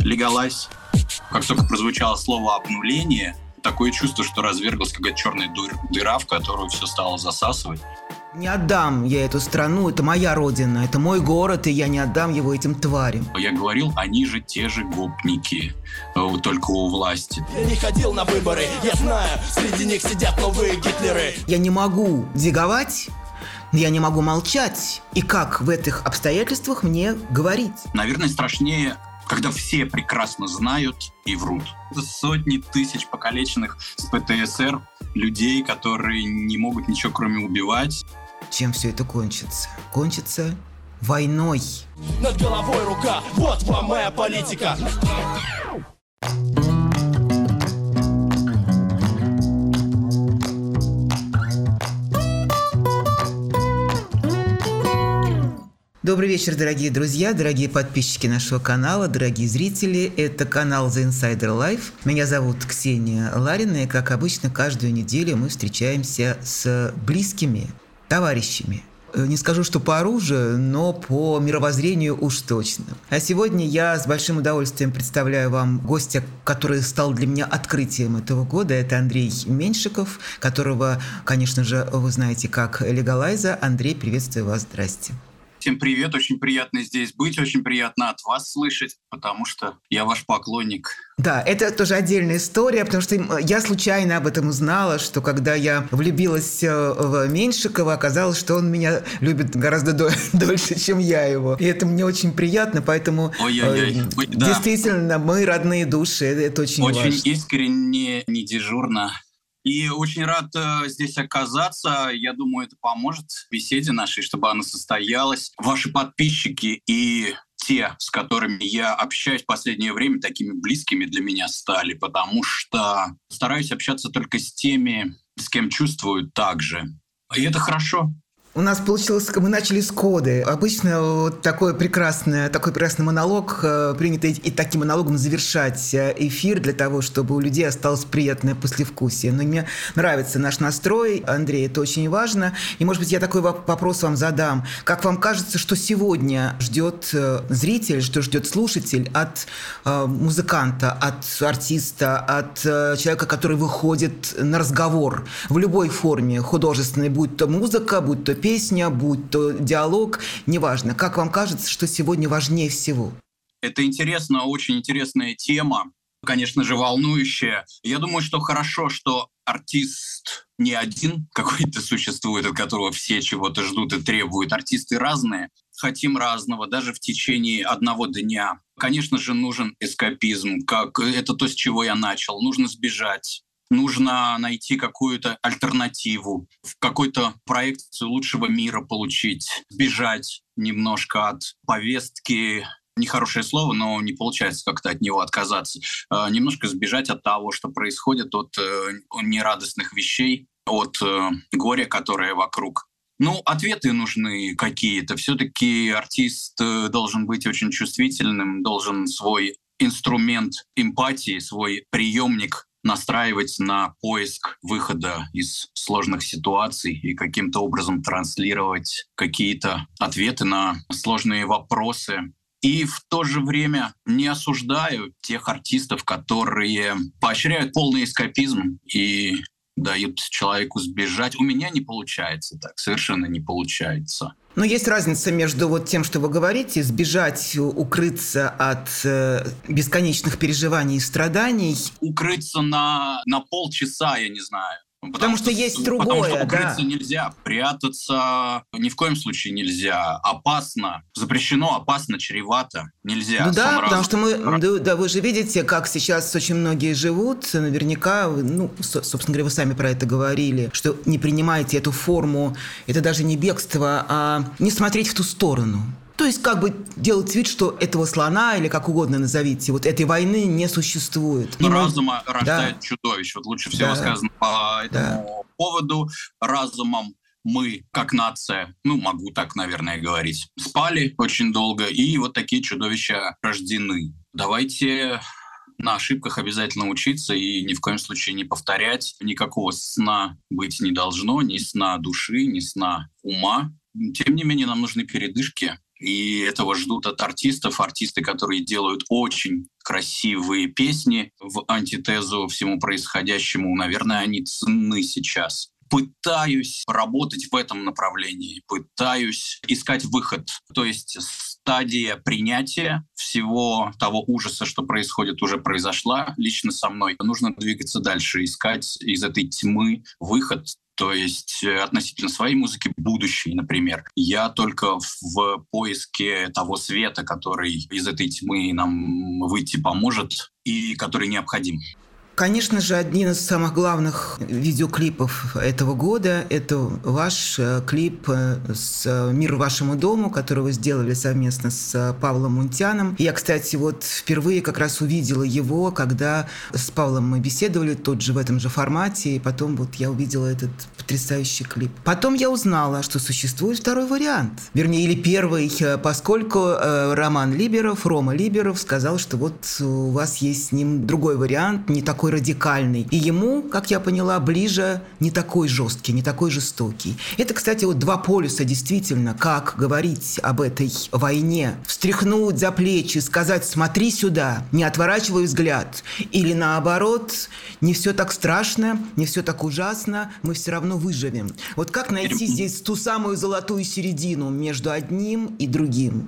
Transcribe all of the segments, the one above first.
Легалайз. Как только прозвучало слово «обнуление», такое чувство, что разверглась какая-то черная дыра, в которую все стало засасывать. Не отдам я эту страну, это моя родина, это мой город, и я не отдам его этим тварям. Я говорил, они же те же гопники, только у власти. Я не ходил на выборы, я знаю, среди них сидят новые Гитлеры. Я не могу дзиговать, я не могу молчать. И как в этих обстоятельствах мне говорить? Наверное, страшнее, когда все прекрасно знают и врут. Это сотни тысяч покалеченных с ПТСР людей, которые не могут ничего кроме убивать. Чем все это кончится? Кончится войной. Над головой рука, вот вам моя политика. Добрый вечер, дорогие друзья, дорогие подписчики нашего канала, дорогие зрители. Это канал The Insider Life. Меня зовут Ксения Ларина, и, как обычно, каждую неделю мы встречаемся с близкими товарищами. Не скажу, что по оружию, но по мировоззрению уж точно. А сегодня я с большим удовольствием представляю вам гостя, который стал для меня открытием этого года. Это Андрей Меньшиков, которого, конечно же, вы знаете как Легалайза. Андрей, приветствую вас, здрасте. Всем привет, очень приятно здесь быть, очень приятно от вас слышать, потому что я ваш поклонник. Да, это тоже отдельная история, потому что я случайно об этом узнала, что когда я влюбилась в Меньшикова, оказалось, что он меня любит гораздо дольше, чем я его. И это мне очень приятно, поэтому действительно мы родные души, это очень важно. Очень искренне, не дежурно. И очень рад здесь оказаться. Я думаю, это поможет беседе нашей, чтобы она состоялась. Ваши подписчики и те, с которыми я общаюсь в последнее время, такими близкими для меня стали, потому что стараюсь общаться только с теми, с кем чувствую так же. И это хорошо. У нас получилось, мы начали с коды. Обычно вот такой прекрасный монолог, принято и таким монологом завершать эфир для того, чтобы у людей осталось приятное послевкусие. Но мне нравится наш настрой, Андрей, это очень важно. И, может быть, я такой вопрос вам задам. Как вам кажется, что сегодня ждет зритель, что ждет слушатель от музыканта, от артиста, от человека, который выходит на разговор в любой форме художественной, будь то музыка, будь то песня, будь то диалог, неважно. Как вам кажется, что сегодня важнее всего? Это интересно, очень интересная тема, конечно же, волнующая. Я думаю, что хорошо, что артист не один какой-то существует, от которого все чего-то ждут и требуют. Артисты разные, хотим разного, даже в течение одного дня. Конечно же, нужен эскапизм, как это то, с чего я начал. Нужно сбежать. Нужно найти какую-то альтернативу, в какой-то проекцию лучшего мира получить, сбежать немножко от повестки, нехорошее слово, но не получается как-то от него отказаться, немножко сбежать от того, что происходит, от нерадостных вещей, от горя, которое вокруг. Ответы нужны какие-то. Все-таки артист должен быть очень чувствительным, должен свой инструмент эмпатии, свой приемник настраивать на поиск выхода из сложных ситуаций и каким-то образом транслировать какие-то ответы на сложные вопросы. И в то же время не осуждаю тех артистов, которые поощряют полный эскапизм и дают человеку сбежать. У меня не получается так, совершенно не получается. Но есть разница между тем, что вы говорите, сбежать, укрыться от бесконечных переживаний и страданий. Укрыться на полчаса, я не знаю. Потому что есть другое, потому что укрыться нельзя, прятаться ни в коем случае нельзя. Опасно, запрещено, опасно, чревато, нельзя. Потому что вы же видите, как сейчас очень многие живут, наверняка, собственно говоря, вы сами про это говорили, что не принимаете эту форму, это даже не бегство, а не смотреть в ту сторону. То есть делать вид, что этого слона, или как угодно назовите, этой войны не существует. Разума рождает чудовищ. Лучше всего сказано по этому поводу. Разумом мы, как нация, могу так, наверное, говорить, спали очень долго, и такие чудовища рождены. Давайте на ошибках обязательно учиться и ни в коем случае не повторять. Никакого сна быть не должно, ни сна души, ни сна ума. Тем не менее, нам нужны передышки. И этого ждут от артистов. Артисты, которые делают очень красивые песни в антитезу всему происходящему, наверное, они ценны сейчас. Пытаюсь работать в этом направлении, пытаюсь искать выход. То есть стадия принятия всего того ужаса, что происходит, уже произошла лично со мной. Нужно двигаться дальше, искать из этой тьмы выход. То есть относительно своей музыки будущей, например. Я только в поиске того света, который из этой тьмы нам выйти поможет и который необходим. Конечно же, один из самых главных видеоклипов этого года – это ваш клип с «Мир вашему дому», который вы сделали совместно с Павлом Мунтяном. Я, кстати, вот впервые как раз увидела его, когда с Павлом мы беседовали, тот же в этом же формате, и потом вот я увидела этот потрясающий клип. Потом я узнала, что существует второй вариант. Вернее, или первый, поскольку Рома Либеров сказал, что вот у вас есть с ним другой вариант, не такой радикальный. И ему, как я поняла, ближе не такой жесткий, не такой жестокий. Это, кстати, вот два полюса действительно, как говорить об этой войне. Встряхнуть за плечи, сказать «смотри сюда», не отворачивай взгляд. Или наоборот, не все так страшно, не все так ужасно, мы все равно выживем. Вот как найти здесь ту самую золотую середину между одним и другим?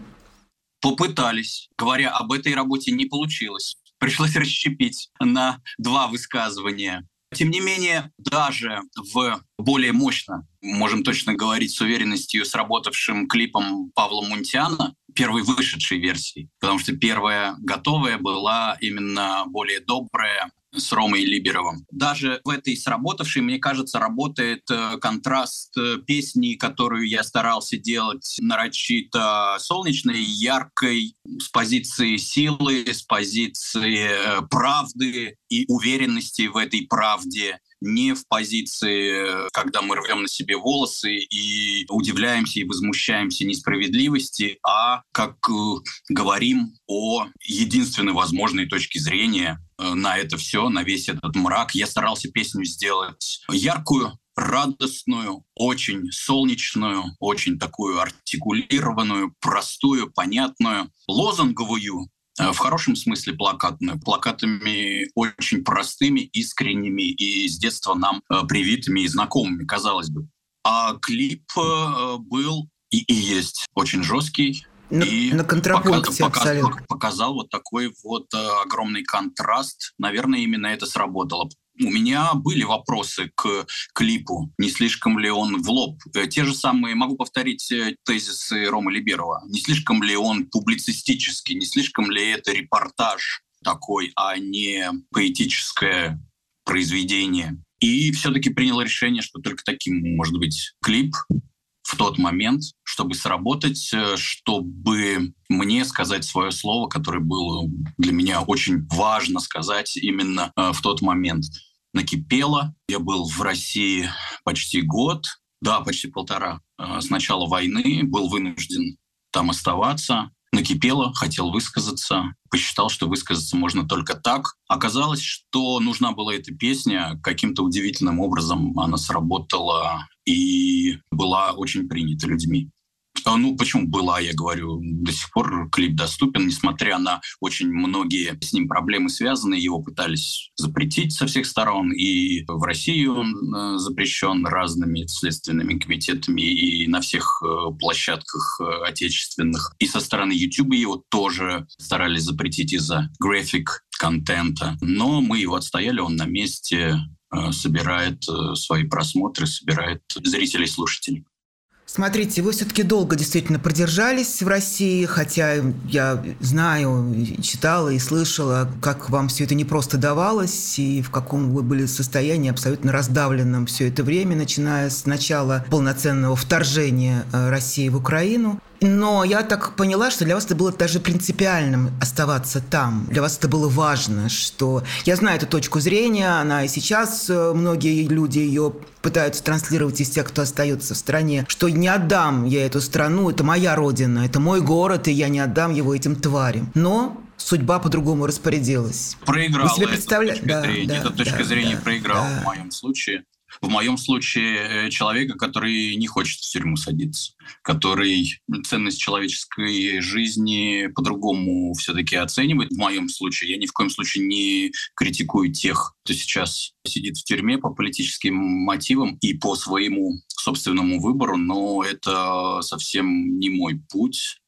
Попытались. Говоря об этой работе, не получилось. Пришлось расщепить на два высказывания. Тем не менее, даже в более мощно, можем точно говорить с уверенностью, сработавшим клипом Павла Мунтяна, первой вышедшей версии, потому что первая готовая была именно более добрая, с Ромой Либеровым. Даже в этой сработавшей, мне кажется, работает контраст песни, которую я старался делать нарочито солнечной, яркой, с позиции силы, с позиции правды и уверенности в этой правде, не в позиции, когда мы рвем на себе волосы и удивляемся и возмущаемся несправедливости, а как говорим о единственной возможной точке зрения на это все, на весь этот мрак. Я старался песню сделать яркую, радостную, очень солнечную, очень такую артикулированную, простую, понятную, лозунговую, в хорошем смысле плакатную, плакатами очень простыми, искренними и с детства нам привитыми и знакомыми, казалось бы. А клип был и есть очень жесткий. На контрапункте показал вот такой вот огромный контраст. Наверное, именно это сработало. У меня были вопросы к клипу. Не слишком ли он в лоб? Те же самые, могу повторить тезисы Ромы Либерова. Не слишком ли он публицистический? Не слишком ли это репортаж такой, а не поэтическое произведение? И все-таки принял решение, что только таким может быть клип в тот момент, чтобы сработать, чтобы мне сказать свое слово, которое было для меня очень важно сказать именно в тот момент. Накипело. Я был в России почти год, почти полтора. С начала войны был вынужден там оставаться. Накипело, хотел высказаться, посчитал, что высказаться можно только так. Оказалось, что нужна была эта песня. Каким-то удивительным образом она сработала и была очень принята людьми. Почему была, я говорю, до сих пор клип доступен, несмотря на очень многие с ним проблемы связаны. Его пытались запретить со всех сторон, и в России он запрещен разными следственными комитетами и на всех площадках отечественных. И со стороны YouTube его тоже старались запретить из-за график-контента. Но мы его отстояли, он на месте, собирает свои просмотры, собирает зрителей, слушателей. Смотрите, вы все-таки долго действительно продержались в России, хотя я знаю, читала и слышала, как вам все это непросто давалось и в каком вы были состоянии абсолютно раздавленном все это время, начиная с начала полноценного вторжения России в Украину. Но я так поняла, что для вас это было даже принципиальным оставаться там. Для вас это было важно, что... Я знаю эту точку зрения, она и сейчас, многие люди ее пытаются транслировать из тех, кто остается в стране, что не отдам я эту страну, это моя родина, это мой город, и я не отдам его этим тварям. Но судьба по-другому распорядилась. Проиграла эта точка зрения, проиграла в моем случае. В моем случае человека, который не хочет в тюрьму садиться, который ценность человеческой жизни по-другому все-таки оценивает. В моем случае я ни в коем случае не критикую тех, кто сейчас сидит в тюрьме по политическим мотивам и по своему собственному выбору, но это совсем не мой путь.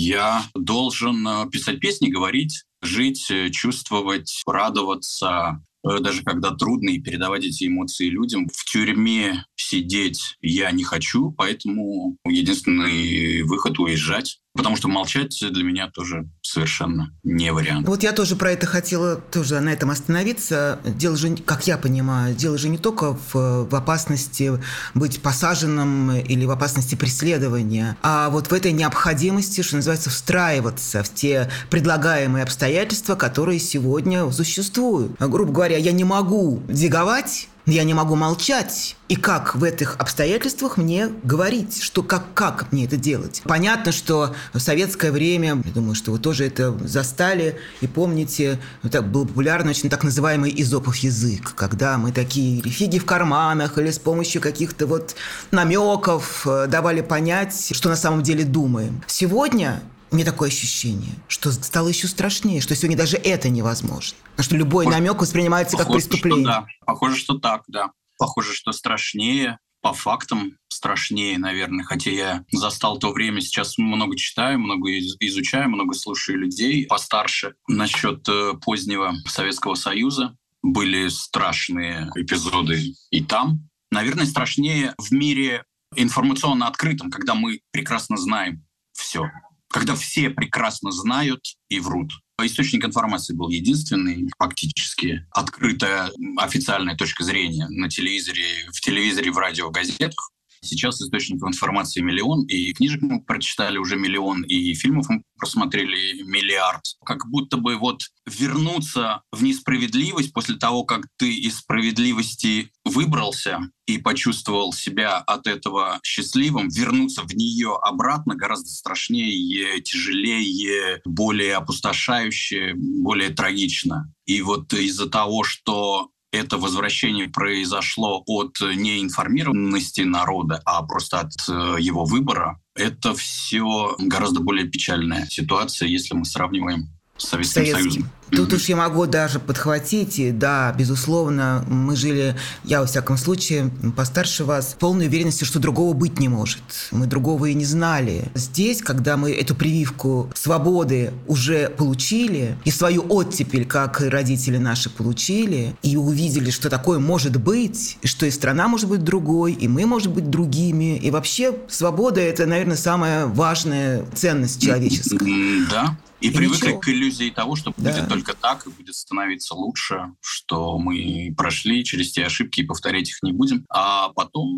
Я должен писать песни, говорить, жить, чувствовать, радоваться, даже когда трудно, и передавать эти эмоции людям. В тюрьме сидеть я не хочу, поэтому единственный выход — уезжать. Потому что молчать для меня тоже совершенно не вариант. Вот я тоже про это хотела тоже на этом остановиться. Дело же, как я понимаю, дело же не только в опасности быть посаженным или в опасности преследования, а вот в этой необходимости, что называется, встраиваться в те предлагаемые обстоятельства, которые сегодня существуют. Грубо говоря, я не могу диговать, я не могу молчать. И как в этих обстоятельствах мне говорить, что как мне это делать? Понятно, что в советское время, я думаю, что вы тоже это застали и помните, так был популярный очень так называемый эзопов язык, когда мы такие фиги в карманах или с помощью каких-то вот намеков давали понять, что на самом деле думаем. Сегодня у меня такое ощущение, что стало еще страшнее, что сегодня даже это невозможно. Потому что любой намек воспринимается как преступление. Да. Похоже, что так, да. Похоже, что страшнее. По фактам страшнее, наверное. Хотя я застал то время, сейчас много читаю, много изучаю, много слушаю людей постарше насчет позднего Советского Союза. Были страшные эпизоды и там. Наверное, страшнее в мире информационно открытом, когда мы прекрасно знаем все. Когда все прекрасно знают и врут. Источник информации был единственный, фактически открытая официальная точка зрения на телевизоре, в телевизоре, в радио, в газетах. Сейчас источников информации миллион, и книжек мы прочитали уже миллион, и фильмов мы просмотрели миллиард. Как будто бы вот вернуться в несправедливость после того, как ты из справедливости выбрался и почувствовал себя от этого счастливым, вернуться в нее обратно гораздо страшнее, тяжелее, более опустошающе, более трагично. И вот из-за того, что это возвращение произошло от неинформированности народа, а просто от его выбора. Это все гораздо более печальная ситуация, если мы сравниваем с Советским Союзом. Тут уж я могу даже подхватить, и да, безусловно, мы жили, я во всяком случае постарше вас, в полной уверенности, что другого быть не может. Мы другого и не знали. Здесь, когда мы эту прививку свободы уже получили, и свою оттепель, как и родители наши, получили, и увидели, что такое может быть, и что и страна может быть другой, и мы можем быть другими, и вообще свобода — это, наверное, самая важная ценность человеческая. Да. И привыкли к иллюзии того, что будет только так, и будет становиться лучше, что мы прошли через те ошибки и повторять их не будем. А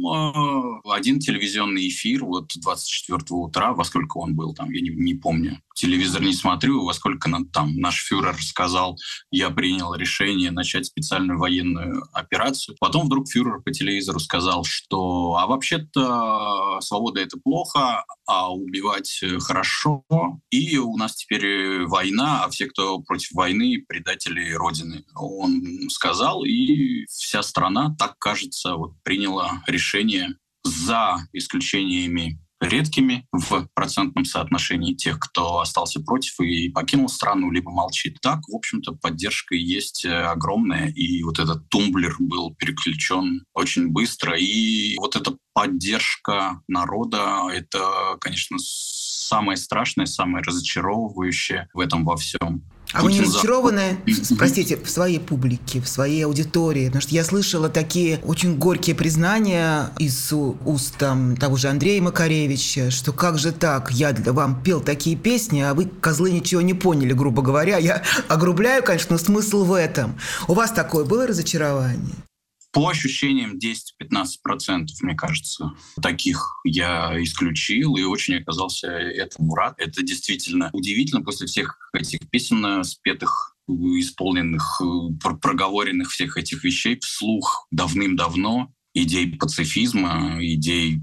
потом один телевизионный эфир, вот 24 утра, во сколько он был, там, я не помню, телевизор не смотрю, во сколько там наш фюрер сказал, я принял решение начать специальную военную операцию. Потом вдруг фюрер по телевизору сказал, что а вообще-то свобода — это плохо, а убивать хорошо, и у нас теперь война, а все, кто против войны, предатели Родины. Он сказал, и вся страна, так кажется, вот, приняла решение, за исключениями редкими в процентном соотношении тех, кто остался против и покинул страну, либо молчит. Так, в общем-то, поддержка есть огромная, и вот этот тумблер был переключен очень быстро, и вот эта поддержка народа — это, конечно, самое страшное, самое разочаровывающее в этом во всем. А вы не разочарованы, простите, в своей публике, в своей аудитории? Потому что я слышала такие очень горькие признания из уст того же Андрея Макаревича, что как же так, я вам пел такие песни, а вы, козлы, ничего не поняли, грубо говоря. Я огрубляю, конечно, но смысл в этом. У вас такое было разочарование? По ощущениям 10-15%, мне кажется, таких я исключил и очень оказался этому рад. Это действительно удивительно после всех этих песен, спетых, исполненных, проговоренных всех этих вещей вслух давным-давно. Идей пацифизма, идей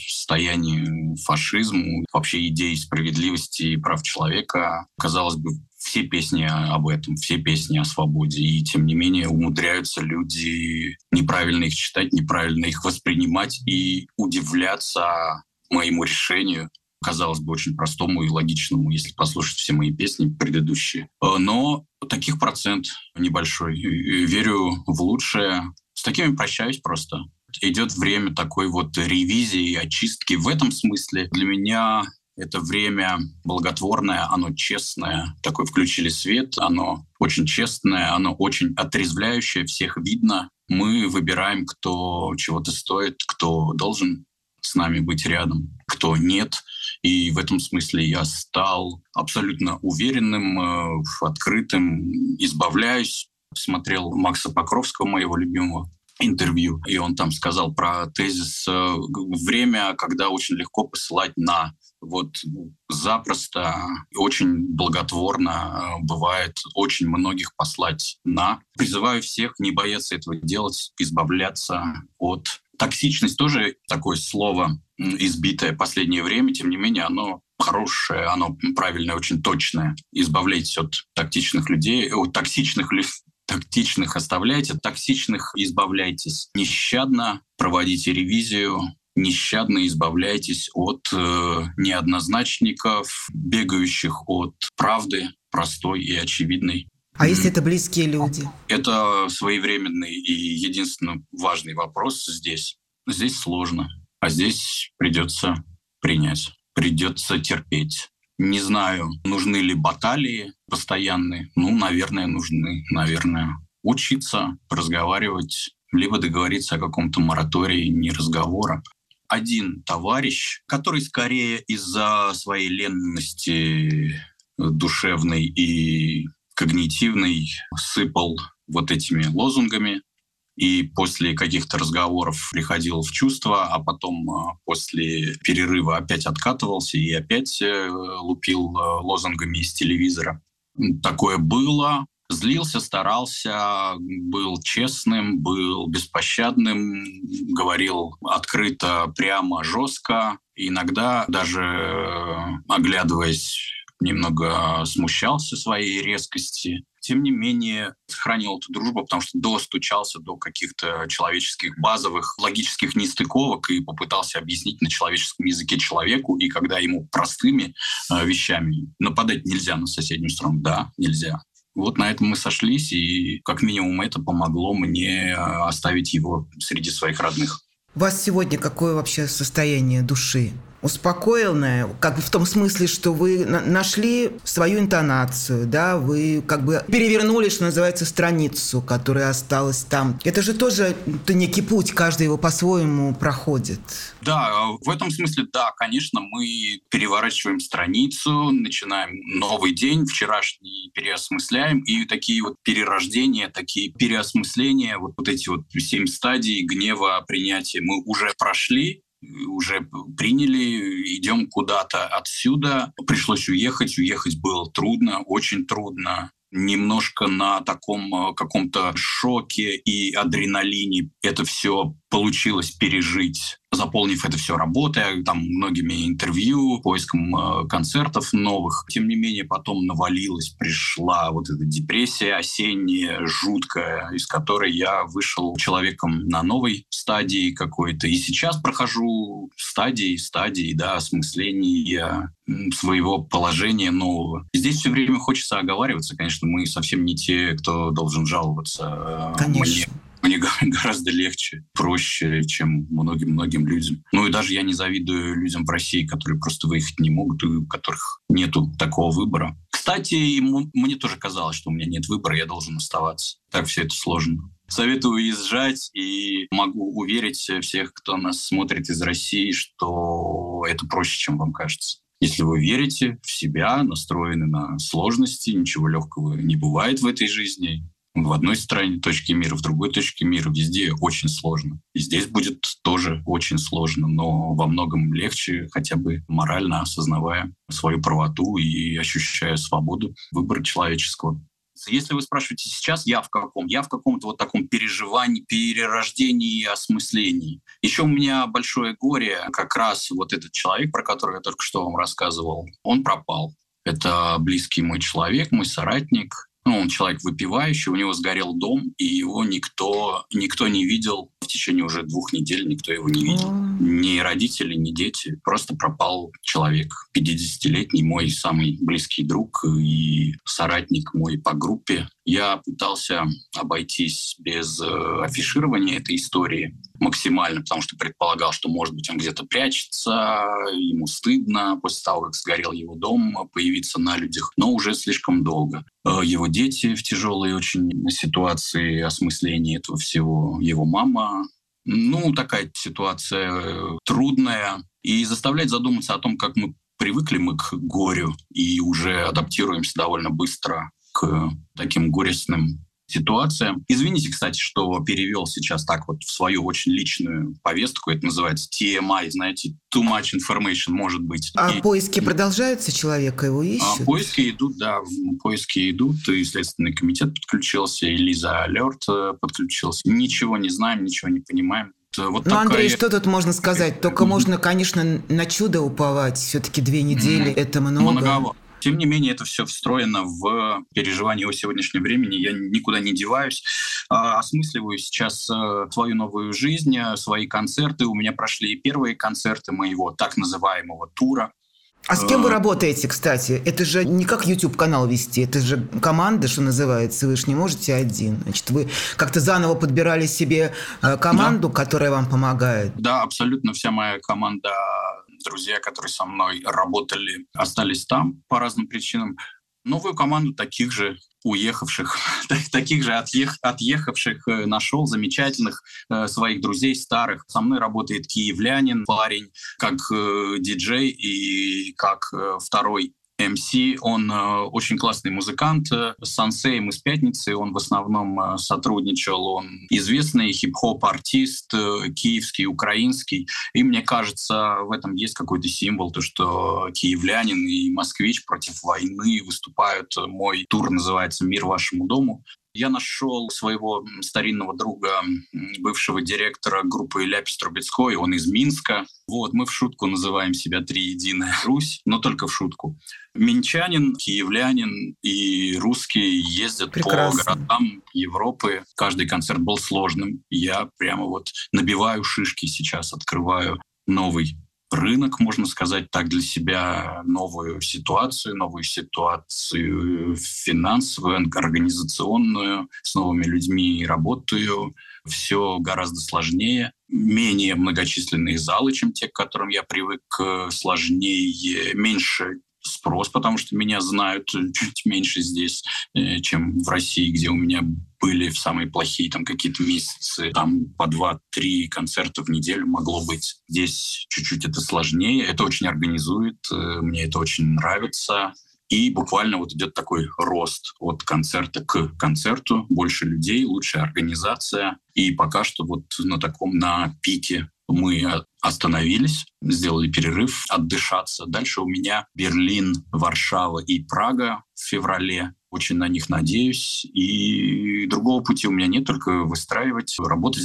противостояния фашизму, вообще идей справедливости и прав человека. Казалось бы, все песни об этом, все песни о свободе. И тем не менее умудряются люди неправильно их читать, неправильно их воспринимать и удивляться моему решению, казалось бы, очень простому и логичному, если послушать все мои песни предыдущие. Но таких процент небольшой. Верю в лучшее. С такими прощаюсь просто. Идет время такой вот ревизии, очистки. В этом смысле для меня это время благотворное, оно честное. Такой включили свет, оно очень честное, оно очень отрезвляющее, всех видно. Мы выбираем, кто чего-то стоит, кто должен с нами быть рядом, кто нет. И в этом смысле я стал абсолютно уверенным, открытым, избавляюсь. Смотрел Макса Покровского, моего любимого, интервью, и он там сказал про тезис «время, когда очень легко посылать на». Вот запросто, очень благотворно бывает очень многих послать на. Призываю всех не бояться этого делать, избавляться от... Токсичность тоже такое слово избитое в последнее время, тем не менее оно хорошее, оно правильное, очень точное. Избавляйтесь от токсичных людей, от токсичных людей. Токсичных оставляйте, токсичных избавляйтесь. Нещадно проводите ревизию, нещадно избавляйтесь от неоднозначников, бегающих от правды простой и очевидной. А если это близкие люди? Это своевременный и единственно важный вопрос здесь. Здесь сложно, а здесь придется принять, придется терпеть. Не знаю, нужны ли баталии постоянные. Наверное, нужны. Наверное. Учиться, разговаривать, либо договориться о каком-то моратории, не разговора. Один товарищ, который скорее из-за своей ленности душевной и когнитивной сыпал вот этими лозунгами, и после каких-то разговоров приходил в чувство, а потом после перерыва опять откатывался и опять лупил лозунгами из телевизора. Такое было. Злился, старался, был честным, был беспощадным, говорил открыто, прямо, жестко. Иногда даже, оглядываясь, немного смущался своей резкости. Тем не менее, сохранил эту дружбу, потому что достучался до каких-то человеческих базовых логических нестыковок и попытался объяснить на человеческом языке человеку. И когда ему простыми вещами нападать нельзя на соседнюю страну, да, нельзя. Вот на этом мы сошлись, и как минимум это помогло мне оставить его среди своих родных. У вас сегодня какое вообще состояние души? Успокоенное, как бы в том смысле, что вы нашли свою интонацию, да, вы как бы перевернули, что называется, страницу, которая осталась там. Это же тоже некий путь, каждый его по-своему проходит. Да, в этом смысле, да, конечно, мы переворачиваем страницу, начинаем новый день, вчерашний переосмысляем, и такие вот перерождения, такие переосмысления, вот эти вот 7 стадий гнева, принятия мы уже прошли, уже приняли, идем куда-то отсюда. Пришлось уехать было трудно, очень трудно. Немножко на таком каком-то шоке и адреналине это все получилось пережить, заполнив это все работой, там многими интервью, поиском концертов новых. Тем не менее, потом навалилась, пришла вот эта депрессия осенняя, жуткая, из которой я вышел человеком на новой стадии какой-то. И сейчас прохожу стадии, да, осмысления своего положения нового. И здесь все время хочется оговариваться. Конечно, мы совсем не те, кто должен жаловаться. Конечно. Мне гораздо легче, проще, чем многим-многим людям. Ну и даже я не завидую людям в России, которые просто выехать не могут, и у которых нету такого выбора. Кстати, мне тоже казалось, что у меня нет выбора, я должен оставаться. Так все это сложно. Советую уезжать, и могу уверить всех, кто нас смотрит из России, что это проще, чем вам кажется. Если вы верите в себя, настроены на сложности, ничего легкого не бывает в этой жизни. В одной стране точки мира, в другой точке мира, везде очень сложно. И здесь будет тоже очень сложно, но во многом легче, хотя бы морально осознавая свою правоту и ощущая свободу выбора человеческого. Если вы спрашиваете сейчас, я в каком? Я в каком-то вот таком переживании, перерождении и осмыслении. Еще у меня большое горе, как раз вот этот человек, про которого я только что вам рассказывал, он пропал. Это близкий мой человек, мой соратник. Он человек выпивающий, у него сгорел дом, и его никто не видел в течение уже 2 недель, никто его не видел. Ни родители, ни дети. Просто пропал человек. 50-летний мой самый близкий друг и соратник мой по группе. Я пытался обойтись без афиширования этой истории максимально, потому что предполагал, что, может быть, он где-то прячется, ему стыдно после того, как сгорел его дом, появиться на людях, но уже слишком долго. Его дети в тяжелой очень ситуации осмысления этого всего, его мама. Такая ситуация трудная. И заставляет задуматься о том, как мы привыкли к горю и уже адаптируемся довольно быстро к таким горестным ситуациям. Извините, кстати, что перевел сейчас так вот в свою очень личную повестку. Это называется TMI, знаете, too much information, может быть. А поиски продолжаются, человека его ищут? Поиски идут, да, поиски идут. И Следственный комитет подключился, и Лиза Алерт подключился. Ничего не знаем, ничего не понимаем. Андрей, что тут можно сказать? Только можно, конечно, на чудо уповать. Все-таки 2 недели – это много. Многовато. Тем не менее, это все встроено в переживание о сегодняшнем времени. Я никуда не деваюсь. Осмысливаю сейчас свою новую жизнь, свои концерты. У меня прошли первые концерты моего так называемого тура. А с кем вы работаете, кстати? Это же не как YouTube-канал вести, это же команда, что называется. Вы же не можете один. Значит, вы как-то заново подбирали себе команду, да, которая вам помогает? Да, абсолютно вся моя команда, друзья, которые со мной работали, остались там по разным причинам. Новую команду таких же уехавших, таких же отъехавших нашел, замечательных своих друзей старых. Со мной работает киевлянин, парень, как диджей и как второй МС. Он очень классный музыкант. С Сансеем из «Пятницы» он в основном сотрудничал. Он известный хип-хоп-артист, киевский, украинский. И мне кажется, в этом есть какой-то символ, то, что киевлянин и москвич против войны выступают. Мой тур называется «Мир вашему дому». Я нашел своего старинного друга, бывшего директора группы Ляпис Трубецкой, он из Минска. Мы в шутку называем себя «Триединая Русь», но только в шутку. Минчанин, киевлянин и русский ездят Прекрасно. По городам Европы. Каждый концерт был сложным. Я прямо набиваю шишки сейчас, открываю новый рынок, можно сказать так, для себя, новую ситуацию финансовую, организационную, с новыми людьми работаю. Все гораздо сложнее. Менее многочисленные залы, чем те, к которым я привык, сложнее, меньше спрос, потому что меня знают чуть меньше здесь, чем в России, где у меня были в самые плохие какие-то месяцы, по 2-3 концерта в неделю могло быть. Здесь чуть-чуть это сложнее, это очень организует, мне это очень нравится. И буквально идет такой рост от концерта к концерту, больше людей, лучшая организация. И пока что на пике мы остановились, сделали перерыв, отдышаться. Дальше у меня Берлин, Варшава и Прага в феврале. Очень на них надеюсь. И другого пути у меня нет, только выстраивать, работать.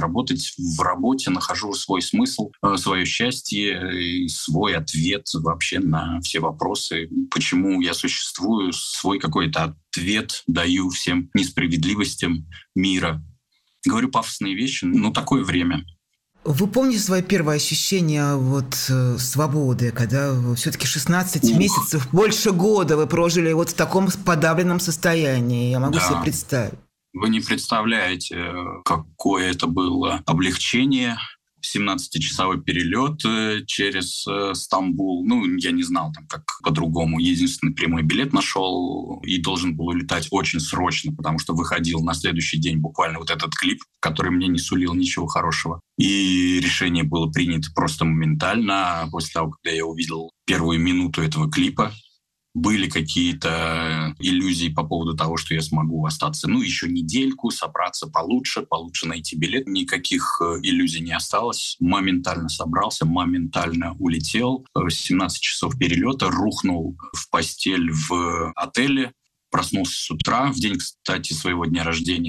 В работе нахожу свой смысл, свое счастье и свой ответ вообще на все вопросы. Почему я существую, свой какой-то ответ даю всем несправедливостям мира. Говорю пафосные вещи, такое время. Вы помните свое первое ощущение свободы, когда все-таки 16 месяцев, больше года вы прожили в таком подавленном состоянии? Я могу себе представить. Вы не представляете, какое это было облегчение. 17-часовой перелет через Стамбул. Я не знал, как по-другому. Единственный прямой билет нашел и должен был улетать очень срочно, потому что выходил на следующий день буквально этот клип, который мне не сулил ничего хорошего. И решение было принято просто моментально. После того, когда я увидел первую минуту этого клипа, были какие-то иллюзии по поводу того, что я смогу остаться, еще недельку, собраться получше найти билет. Никаких иллюзий не осталось. Моментально собрался, моментально улетел. 17 часов перелета, рухнул в постель в отеле. Проснулся с утра, в день, кстати, своего дня рождения,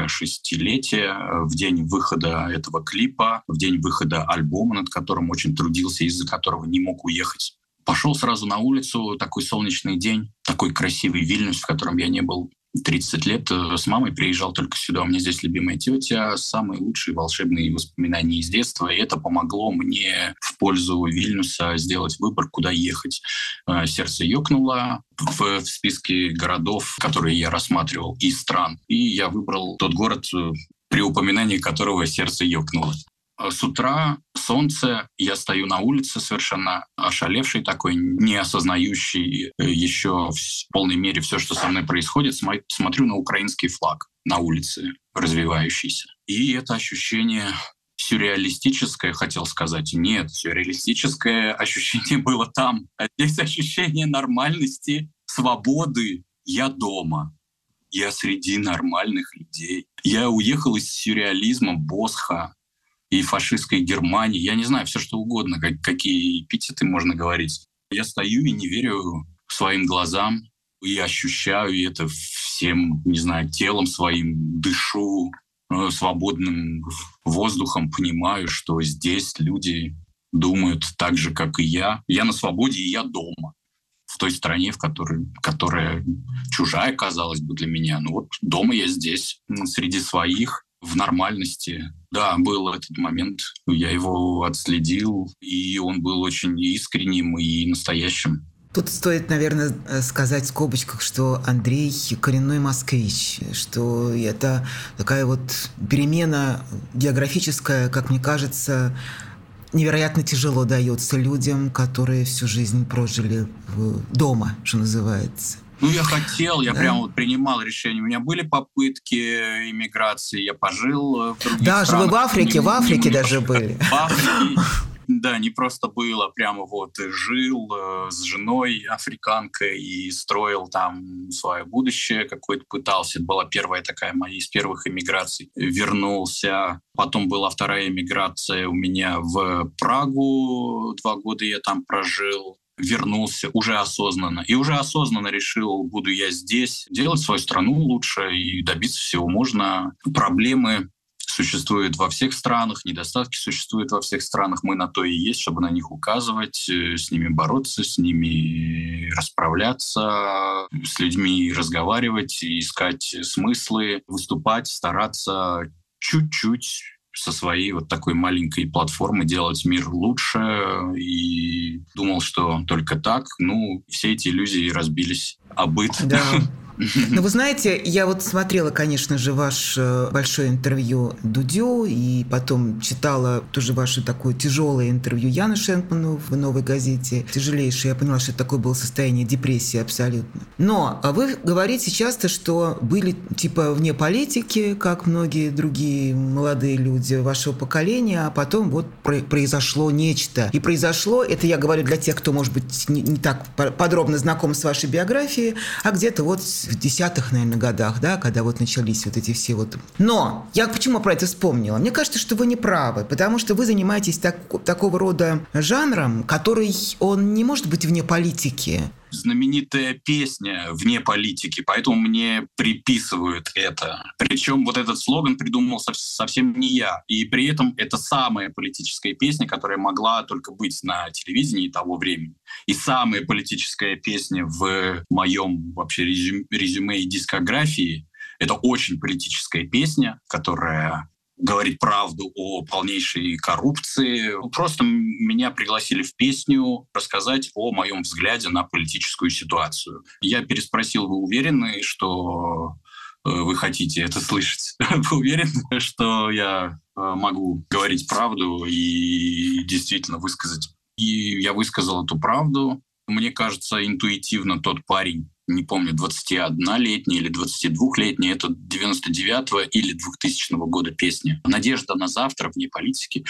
46-летия, в день выхода этого клипа, в день выхода альбома, над которым очень трудился, из-за которого не мог уехать Пошел сразу на улицу, такой солнечный день, такой красивый Вильнюс, в котором я не был 30 лет. С мамой приезжал только сюда. У меня здесь любимая тетя. Самые лучшие волшебные воспоминания из детства. И это помогло мне в пользу Вильнюса сделать выбор, куда ехать. Сердце ёкнуло в списке городов, которые я рассматривал, и стран. И я выбрал тот город, при упоминании которого сердце ёкнуло. С утра солнце, я стою на улице совершенно ошалевший такой, не осознающий еще в полной мере все, что со мной происходит, смотрю на украинский флаг на улице развивающийся. И это ощущение сюрреалистическое, хотел сказать. Нет, сюрреалистическое ощущение было там. А здесь ощущение нормальности, свободы. Я дома. Я среди нормальных людей. Я уехал из сюрреализма, Босха и фашистской Германии. Я не знаю, все что угодно, какие эпитеты можно говорить. Я стою и не верю своим глазам, и ощущаю это всем, не знаю, телом своим, дышу свободным воздухом, понимаю, что здесь люди думают так же, как и я. Я на свободе, и я дома. В той стране, которая чужая, казалось бы, для меня. Но вот дома я здесь, среди своих, в нормальности. Да, был этот момент, я его отследил, и он был очень искренним и настоящим. Тут стоит, наверное, сказать в скобочках, что Андрей коренной москвич, что это такая вот перемена географическая, как мне кажется, невероятно тяжело дается людям, которые всю жизнь прожили дома, что называется. Я прямо вот принимал решение. У меня были попытки иммиграции, я пожил в других странах. Даже вы в Африке даже были. В Африке, да, не просто было, прямо вот жил с женой африканкой и строил там свое будущее какое-то, пытался. Это была первая такая моя из первых иммиграций. Вернулся. Потом была вторая иммиграция у меня в Прагу. 2 года я там прожил. Вернулся уже осознанно. И уже осознанно решил, буду я здесь, делать свою страну лучше и добиться всего можно. Проблемы существуют во всех странах, недостатки существуют во всех странах. Мы на то и есть, чтобы на них указывать, с ними бороться, с ними расправляться, с людьми разговаривать, искать смыслы, выступать, стараться чуть-чуть со своей вот такой маленькой платформы делать мир лучше. И думал, что только так. Все эти иллюзии разбились о быт. Да. Но вы знаете, я вот смотрела, конечно же, ваше большое интервью Дудю, и потом читала тоже ваше такое тяжелое интервью Яну Шенкману в «Новой газете». Тяжелейшее. Я поняла, что это такое было состояние депрессии абсолютно. Но вы говорите часто, что были типа вне политики, как многие другие молодые люди вашего поколения, а потом вот произошло нечто. И произошло, это я говорю для тех, кто, может быть, не так подробно знаком с вашей биографией, а где-то вот в 10-х, наверное, годах, да, когда вот начались вот эти все вот... Но я почему про это вспомнила? Мне кажется, что вы не правы, потому что вы занимаетесь такого рода жанром, который, он не может быть вне политики. Знаменитая песня «Вне политики», поэтому мне приписывают это. Причем вот этот слоган придумал совсем не я. И при этом это самая политическая песня, которая могла только быть на телевидении того времени. И самая политическая песня в моем вообще резюме и дискографии — это очень политическая песня, которая говорит правду о полнейшей коррупции. Просто меня пригласили в песню рассказать о моем взгляде на политическую ситуацию. Я переспросил: вы уверены, что вы хотите это слышать? Вы уверены, что я могу говорить правду и действительно высказать? И я высказал эту правду. Мне кажется, интуитивно тот парень, не помню, 21-летний или 22-летний, это 99-го или 2000-го года песня «Надежда на завтра вне политики».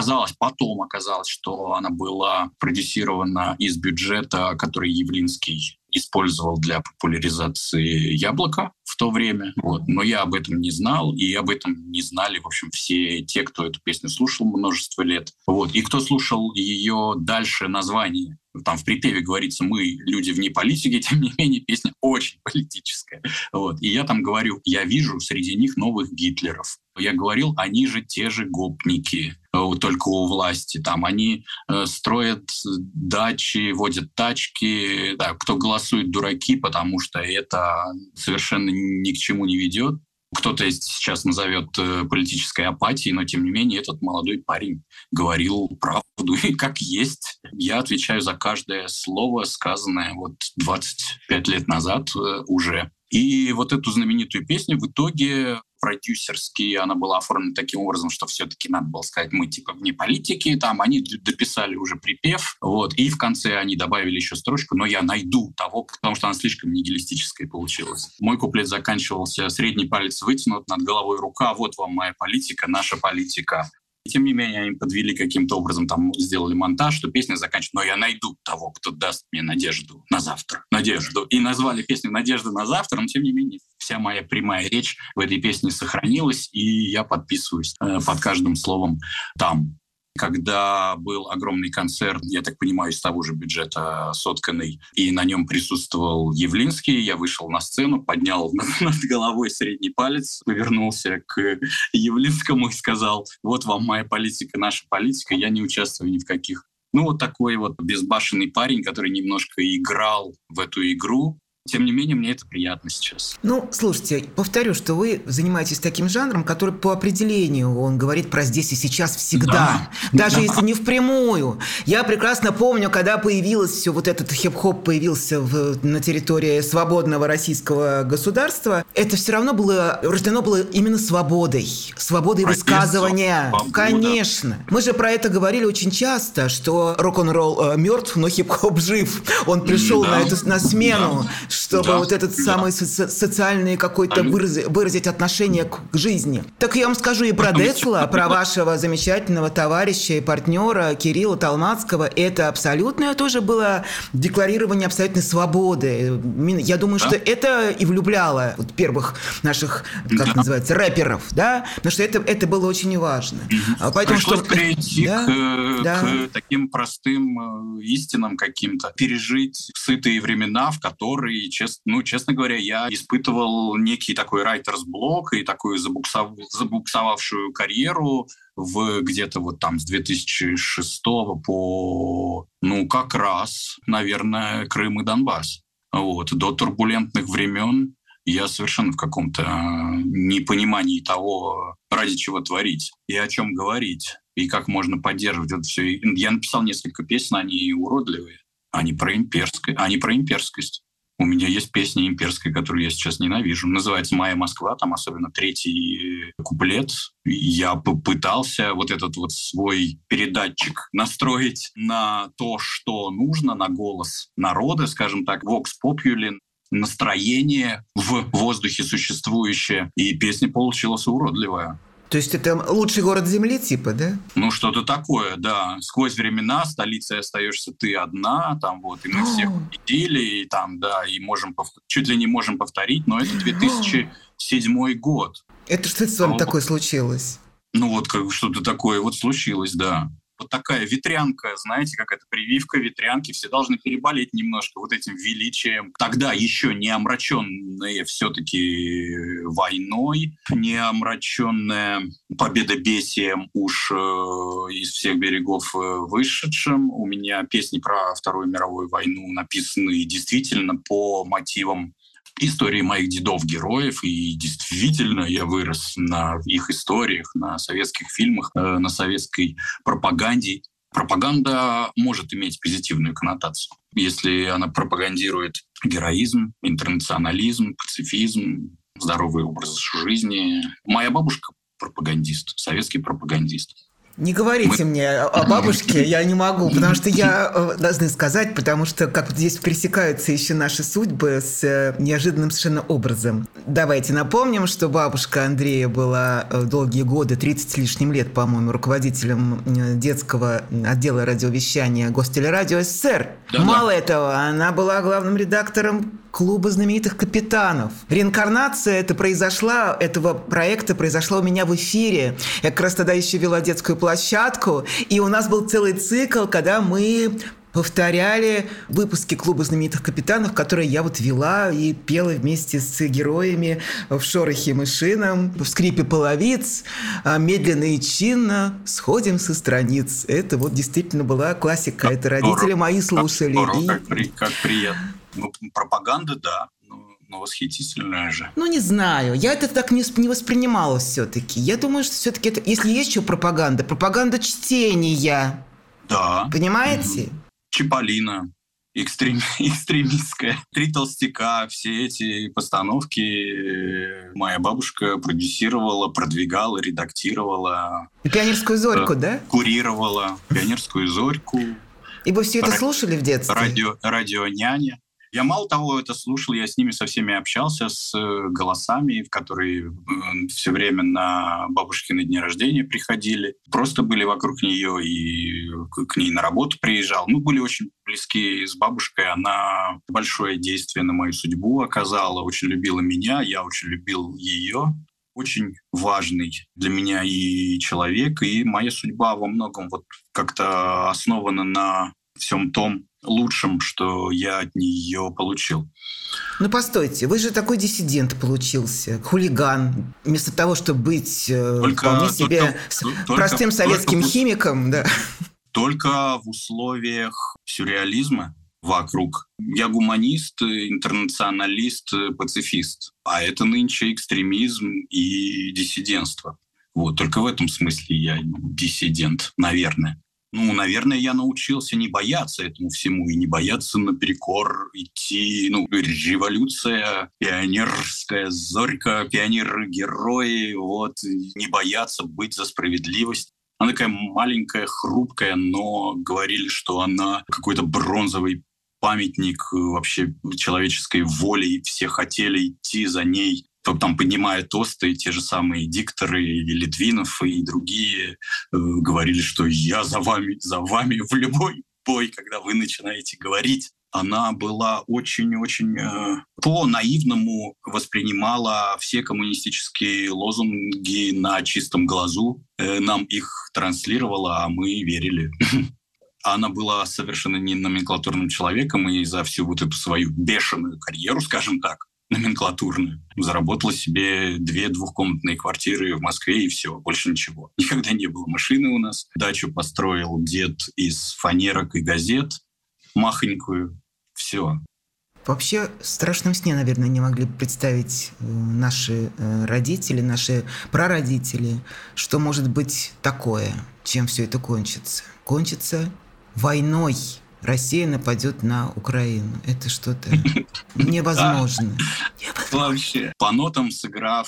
Потом оказалось, что она была продюсирована из бюджета, который Явлинский использовал для популяризации «Яблока» в то время. Но я об этом не знал, и об этом не знали, в общем, все те, кто эту песню слушал множество лет. И кто слушал ее дальше название Там в припеве говорится: мы люди вне политики, тем не менее песня очень политическая. Вот. И я там говорю: я вижу среди них новых Гитлеров. Я говорил: они же те же гопники, только у власти. Там они строят дачи, водят тачки. Да, кто голосует — дураки, потому что это совершенно ни к чему не ведет. Кто-то сейчас назовет политической апатией, но тем не менее этот молодой парень говорил правду, и как есть. Я отвечаю за каждое слово, сказанное 25 лет назад уже. И вот эту знаменитую песню в итоге продюсерски она была оформлена таким образом, что все-таки надо было сказать: мы типа вне политики. Там они дописали уже припев, и в конце они добавили еще строчку: но я найду того, потому что она слишком нигилистическая получилась. Мой куплет заканчивался: средний палец вытянут, над головой рука, вот вам моя политика, наша политика. И тем не менее, они подвели каким-то образом, там сделали монтаж, что песня заканчивается: но я найду того, кто даст мне надежду на завтра. Надежду. И назвали песню «Надежда на завтра», но тем не менее вся моя прямая речь в этой песне сохранилась, и я подписываюсь под каждым словом там. Когда был огромный концерт, я так понимаю, из того же бюджета сотканный, и на нем присутствовал Явлинский, я вышел на сцену, поднял над головой средний палец, повернулся к Явлинскому и сказал: вот вам моя политика, наша политика, я не участвую ни в каких. Такой безбашенный парень, который немножко играл в эту игру. Тем не менее, мне это приятно сейчас. Слушайте, повторю, что вы занимаетесь таким жанром, который по определению, он говорит про здесь и сейчас всегда. Да, даже если не впрямую. Я прекрасно помню, когда появилось все этот хип-хоп появился на территории свободного российского государства, это все равно рождено было именно свободой. Свободой высказывания. Свобода. Конечно. Мы же про это говорили очень часто, что рок-н-ролл мертв, но хип-хоп жив. Он пришел на смену. Чтобы этот самый социальный какой-то выразить отношение к жизни. Так я вам скажу и про Децла, про вашего замечательного товарища и партнера Кирилла Толмацкого. Это абсолютное тоже было декларирование абсолютной свободы. Я думаю, что это и влюбляло первых наших, называется, рэперов, да? Потому что это было очень важно. Поэтому пришлось перейти к таким простым истинам каким-то. Пережить сытые времена, в которые, честно говоря, я испытывал некий такой райтерс-блок и такую забуксовавшую карьеру где-то с 2006 по, как раз, наверное, Крым и Донбасс. До турбулентных времен я совершенно в каком-то непонимании того, ради чего творить и о чем говорить, и как можно поддерживать это все. Я написал несколько песен, они уродливые, они про имперскость. У меня есть песня имперская, которую я сейчас ненавижу. Называется «Моя Москва», там особенно третий куплет. Я попытался этот свой передатчик настроить на то, что нужно, на голос народа, скажем так, vox populi, настроение в воздухе существующее. И песня получилась уродливая. То есть это лучший город Земли, типа, да? Что-то такое, да. Сквозь времена столицей остаешься ты одна, и мы всех победили, и и чуть ли не можем повторить, но это 2007 год. Это что с вами такое случилось? Что-то такое случилось, да. Такая ветрянка, знаете, как это прививка ветрянки, все должны переболеть немножко этим величием. Тогда еще не омраченные все-таки войной, не омраченная победобесием уж из всех берегов вышедшим. У меня песни про Вторую мировую войну написаны действительно по мотивам истории моих дедов-героев, и действительно я вырос на их историях, на советских фильмах, на советской пропаганде. Пропаганда может иметь позитивную коннотацию, если она пропагандирует героизм, интернационализм, пацифизм, здоровый образ жизни. Моя бабушка пропагандист, советский пропагандист. Не говорите мне о бабушке, я не могу, потому что я должна сказать, потому что как здесь пересекаются еще наши судьбы с неожиданным совершенно образом. Давайте напомним, что бабушка Андрея была долгие годы, 30 с лишним лет, по-моему, руководителем детского отдела радиовещания Гостелерадио СССР. Мало этого, она была главным редактором клуба знаменитых капитанов. Реинкарнация этого проекта произошла у меня в эфире. Я как раз тогда еще вела детскую площадку, и у нас был целый цикл, когда мы повторяли выпуски «Клуба знаменитых капитанов», которые я вот вела и пела вместе с героями в «Шорохе мышином», в «Скрипе половиц», медленно и чинно сходим со страниц. Это вот действительно была классика. Это родители мои слушали. Как приятно. Ну, пропаганда, да. Но восхитительная же. Ну, не знаю. Я это так не воспринимала все-таки. Я думаю, что все-таки это, если есть еще пропаганда чтения. Да. Понимаете? Чиполлино, экстремистская. «Три толстяка», все эти постановки моя бабушка продюсировала, продвигала, редактировала. И «Пионерскую зорьку», да? Курировала «Пионерскую зорьку». И вы все это слушали в детстве? Радио «Няня». Я мало того это слушал, я с ними со всеми общался, с голосами, в которые все время на бабушкины дни рождения приходили. Просто были вокруг нее и к ней на работу приезжал. Мы были очень близки с бабушкой. Она большое действие на мою судьбу оказала, очень любила меня, я очень любил ее. Очень важный для меня и человек, и моя судьба во многом вот как-то основана на всем том лучшем, что я от нее получил. Ну, постойте, вы же такой диссидент получился, хулиган. Вместо того, чтобы быть вполне себе простым советским химиком. Да. Только в условиях сюрреализма вокруг. Я гуманист, интернационалист, пацифист. А это нынче экстремизм и диссидентство. Вот, только в этом смысле я диссидент, наверное. Ну, наверное, я научился не бояться этому всему и не бояться наперекор идти. Ну, революция, пионерская зорька, пионеры-герои, вот, не бояться быть за справедливость. Она такая маленькая, хрупкая, но говорили, что она какой-то бронзовый памятник вообще человеческой воли, и все хотели идти за ней. Там, поднимая тосты, те же самые дикторы, и Литвинов и другие говорили, что я за вами в любой бой, когда вы начинаете говорить. Она была очень-очень по-наивному воспринимала все коммунистические лозунги на чистом глазу. Нам их транслировала, а мы верили. Она была совершенно не номенклатурным человеком, и за всю вот эту свою бешеную карьеру, скажем так, номенклатурную, заработала себе 2 двухкомнатные квартиры в Москве, и все, больше ничего. Никогда не было машины у нас. Дачу построил дед из фанерок и газет, махонькую. Все. Вообще, в страшном сне, наверное, не могли представить наши родители, наши прародители, что может быть такое, чем все это кончится. Кончится войной. Россия нападет на Украину. Это что-то невозможно. Вообще. По нотам сыграв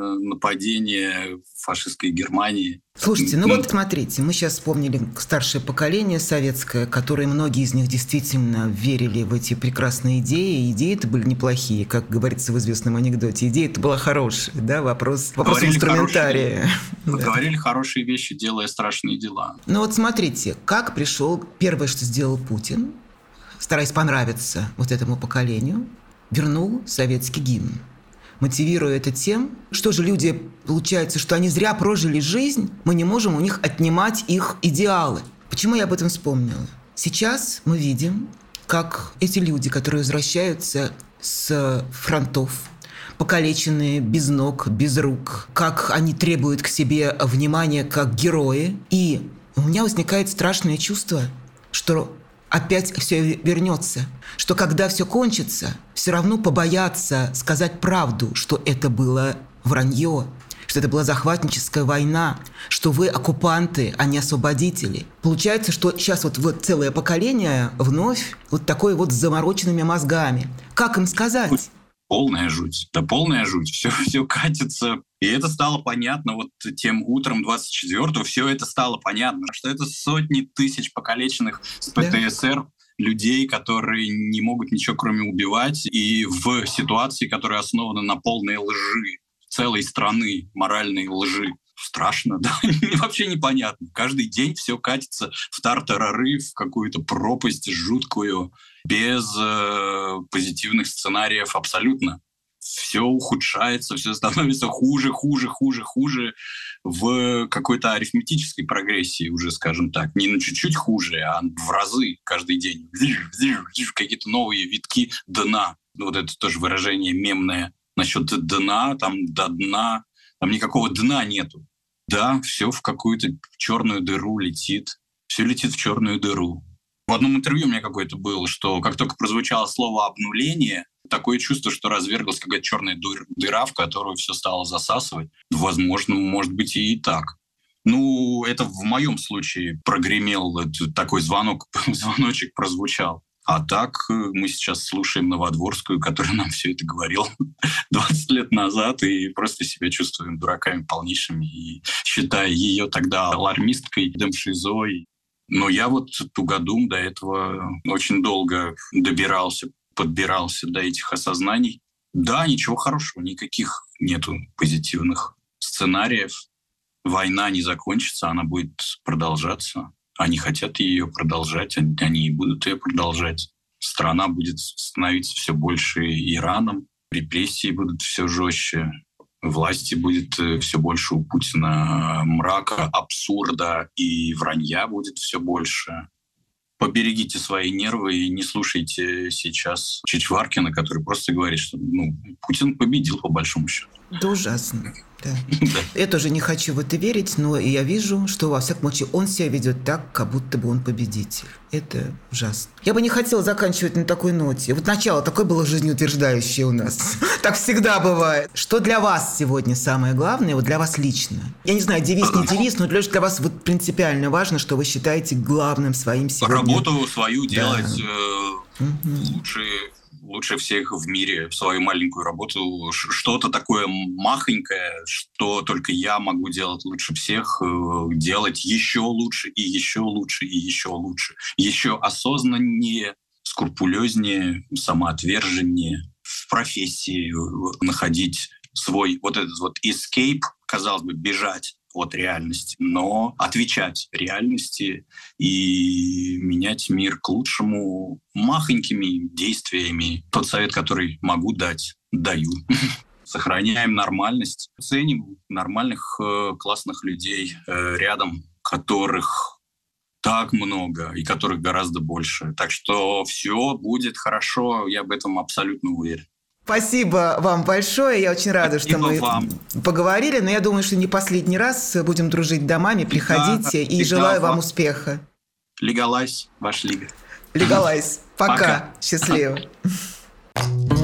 нападение фашистской Германии. Слушайте, ну вот смотрите, мы сейчас вспомнили старшее поколение советское, которые многие из них действительно верили в эти прекрасные идеи. Идеи-то были неплохие, как говорится в известном анекдоте. Идея-то была хорошая, да, вопрос инструментария. Говорили хорошие вещи, делая страшные дела. Ну вот смотрите, как пришел, первое, что сделал Путин, стараясь понравиться вот этому поколению, вернул советский гимн. Мотивируя это тем, что же люди, получается, что они зря прожили жизнь, мы не можем у них отнимать их идеалы. Почему я об этом вспомнила? Сейчас мы видим, как эти люди, которые возвращаются с фронтов, покалеченные, без ног, без рук, как они требуют к себе внимания как герои. И у меня возникает страшное чувство, что опять все вернется, что когда все кончится, все равно побоятся сказать правду, что это было вранье, что это была захватническая война, что вы оккупанты, а не освободители. Получается, что сейчас вот целое поколение вновь вот такое вот с замороченными мозгами. Как им сказать? Полная жуть. Да полная жуть. Все катится. И это стало понятно вот тем утром 24-го. Все это стало понятно, что это сотни тысяч покалеченных с ПТСР людей, которые не могут ничего кроме убивать. И в ситуации, которая основана на полной лжи целой страны, моральной лжи. Страшно, да? Вообще непонятно. Каждый день все катится в тартарары, в какую-то пропасть жуткую, без позитивных сценариев абсолютно. все ухудшается, все становится хуже в какой-то арифметической прогрессии уже, скажем так. Не на чуть-чуть хуже, а в разы каждый день. Какие-то новые витки дна. Вот это тоже выражение мемное насчет дна, там до дна. Там никакого дна нету. Да, все в какую-то черную дыру летит. Все летит в черную дыру. В одном интервью у меня какое-то было, что как только прозвучало слово «обнуление», такое чувство, что разверглась какая-то черная дыра, в которую все стало засасывать. Возможно, может быть и так. Ну, это в моем случае прогремел такой звоночек прозвучал. А так мы сейчас слушаем Новодворскую, которая нам все это говорила 20 лет назад, и просто себя чувствуем дураками полнейшими, и считая ее тогда алармисткой, демшизой. Но я вот тугодум до этого очень долго подбирался до этих осознаний. Да, ничего хорошего, никаких нету позитивных сценариев. Война не закончится, она будет продолжаться. Они хотят ее продолжать, они и будут ее продолжать. Страна будет становиться все больше Ираном, репрессии будут все жестче, власти будет все больше у Путина, мрака, абсурда и вранья будет все больше. Поберегите свои нервы и не слушайте сейчас Чичваркина, который просто говорит, что Путин победил по большому счету. Да ужасно. Да. Я тоже не хочу в это верить, но я вижу, что, во всяком случае, он себя ведет так, как будто бы он победитель. Это ужасно. Я бы не хотела заканчивать на такой ноте. Вот начало такое было жизнеутверждающее у нас. Так всегда бывает. Что для вас сегодня самое главное, вот для вас лично? Я не знаю, девиз, не девиз, но для вас вот принципиально важно, что вы считаете главным своим сегодня. Работу свою делать лучше всех в мире, свою маленькую работу, что-то такое махонькое, что только я могу делать лучше всех, делать еще лучше и еще лучше и еще лучше, еще осознаннее, скрупулезнее, самоотверженнее в профессии находить свой вот этот вот escape, казалось бы, бежать от реальности, но отвечать реальности и менять мир к лучшему махонькими действиями. Тот совет, который могу дать, даю. Сохраняем нормальность, ценим нормальных, классных людей рядом, которых так много и которых гораздо больше. Так что все будет хорошо, я в этом абсолютно уверен. Спасибо вам большое. Я очень рада, что мы поговорили. Но я думаю, что не последний раз будем дружить домами. Приходите и желаю вам успеха. Легалайз, ваш лига. Легалайз. Пока. Счастливо.